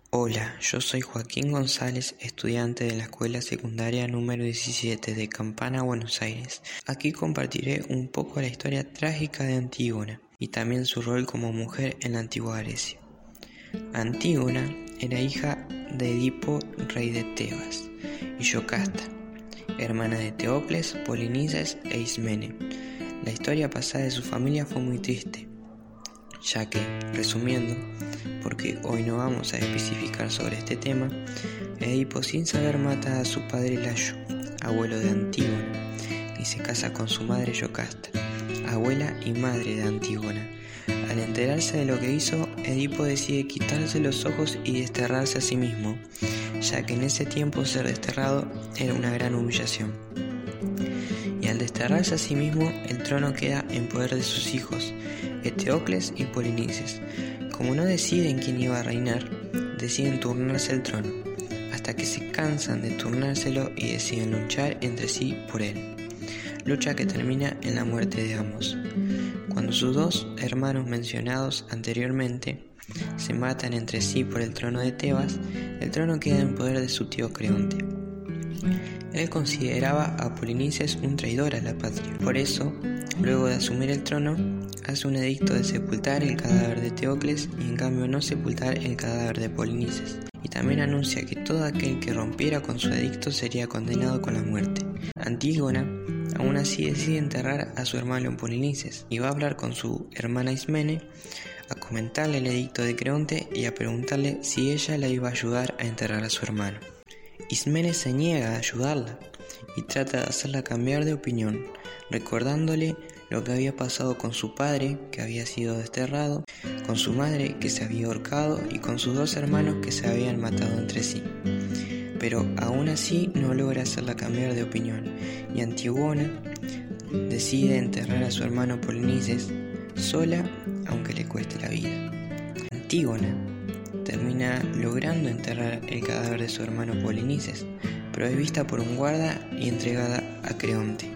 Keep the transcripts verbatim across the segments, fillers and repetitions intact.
Hola, yo soy Joaquín González, estudiante de la escuela secundaria número diecisiete de Campana, Buenos Aires. Aquí compartiré un poco la historia trágica de Antígona y también su rol como mujer en la antigua Grecia. Antígona era hija de Edipo, rey de Tebas, y Yocasta, hermana de Teocles, Polinices e Ismene. La historia pasada de su familia fue muy triste, ya que, resumiendo, porque hoy no vamos a especificar sobre este tema, Edipo sin saber mata a su padre Layo, abuelo de Antígona, y se casa con su madre Yocasta, abuela y madre de Antígona. Al enterarse de lo que hizo, Edipo decide quitarse los ojos y desterrarse a sí mismo, ya que en ese tiempo ser desterrado era una gran humillación. Y al desterrarse a sí mismo, el trono queda en poder de sus hijos, Eteocles y Polinices. Como no deciden quién iba a reinar, deciden turnarse el trono, hasta que se cansan de turnárselo y deciden luchar entre sí por él. Lucha que termina en la muerte de ambos. Cuando sus dos hermanos mencionados anteriormente se matan entre sí por el trono de Tebas, el trono queda en poder de su tío Creonte. Él consideraba a Polinices un traidor a la patria. Por eso, luego de asumir el trono, hace un edicto de sepultar el cadáver de Teocles y en cambio no sepultar el cadáver de Polinices. Y también anuncia que todo aquel que rompiera con su edicto sería condenado con la muerte. Antígona aún así decide enterrar a su hermano Polinices y va a hablar con su hermana Ismene a comentarle el edicto de Creonte y a preguntarle si ella la iba a ayudar a enterrar a su hermano. Ismene se niega a ayudarla y trata de hacerla cambiar de opinión, recordándole lo que había pasado con su padre, que había sido desterrado, con su madre, que se había ahorcado, y con sus dos hermanos, que se habían matado entre sí. Pero aún así no logra hacerla cambiar de opinión, y Antígona decide enterrar a su hermano Polinices sola, aunque le cueste la vida. Antígona termina logrando enterrar el cadáver de su hermano Polinices, pero es vista por un guarda y entregada a Creonte.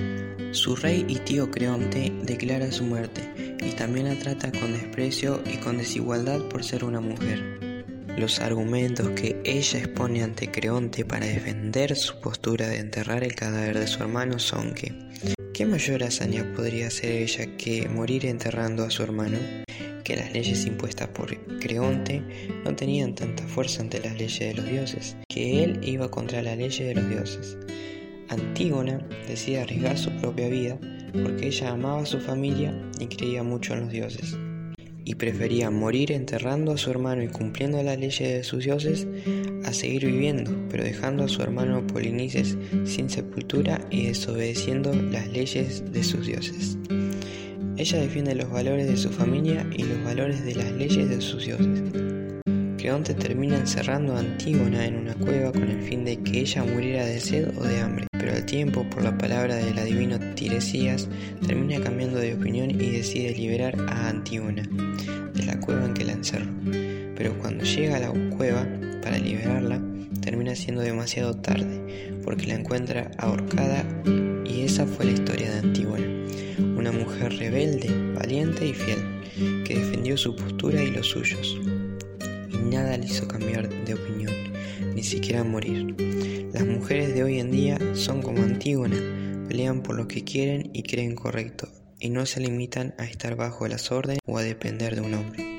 Su rey y tío Creonte declara su muerte y también la trata con desprecio y con desigualdad por ser una mujer. Los argumentos que ella expone ante Creonte para defender su postura de enterrar el cadáver de su hermano son que ¿qué mayor hazaña podría hacer ella que morir enterrando a su hermano? Que las leyes impuestas por Creonte no tenían tanta fuerza ante las leyes de los dioses, que él iba contra las leyes de los dioses. Antígona decide arriesgar su propia vida porque ella amaba a su familia y creía mucho en los dioses, y prefería morir enterrando a su hermano y cumpliendo las leyes de sus dioses a seguir viviendo, pero dejando a su hermano Polinices sin sepultura y desobedeciendo las leyes de sus dioses. Ella defiende los valores de su familia y los valores de las leyes de sus dioses. Creonte termina encerrando a Antígona en una cueva con el fin de que ella muriera de sed o de hambre, pero al tiempo, por la palabra del adivino Tiresias, termina cambiando de opinión y decide liberar a Antígona de la cueva en que la encerró. Pero cuando llega a la cueva para liberarla, termina siendo demasiado tarde, porque la encuentra ahorcada, y esa fue la historia de Antígona, una mujer rebelde, valiente y fiel, que defendió su postura y los suyos. Nada le hizo cambiar de opinión, ni siquiera morir. Las mujeres de hoy en día son como Antígona, pelean por lo que quieren y creen correcto, y no se limitan a estar bajo las órdenes o a depender de un hombre.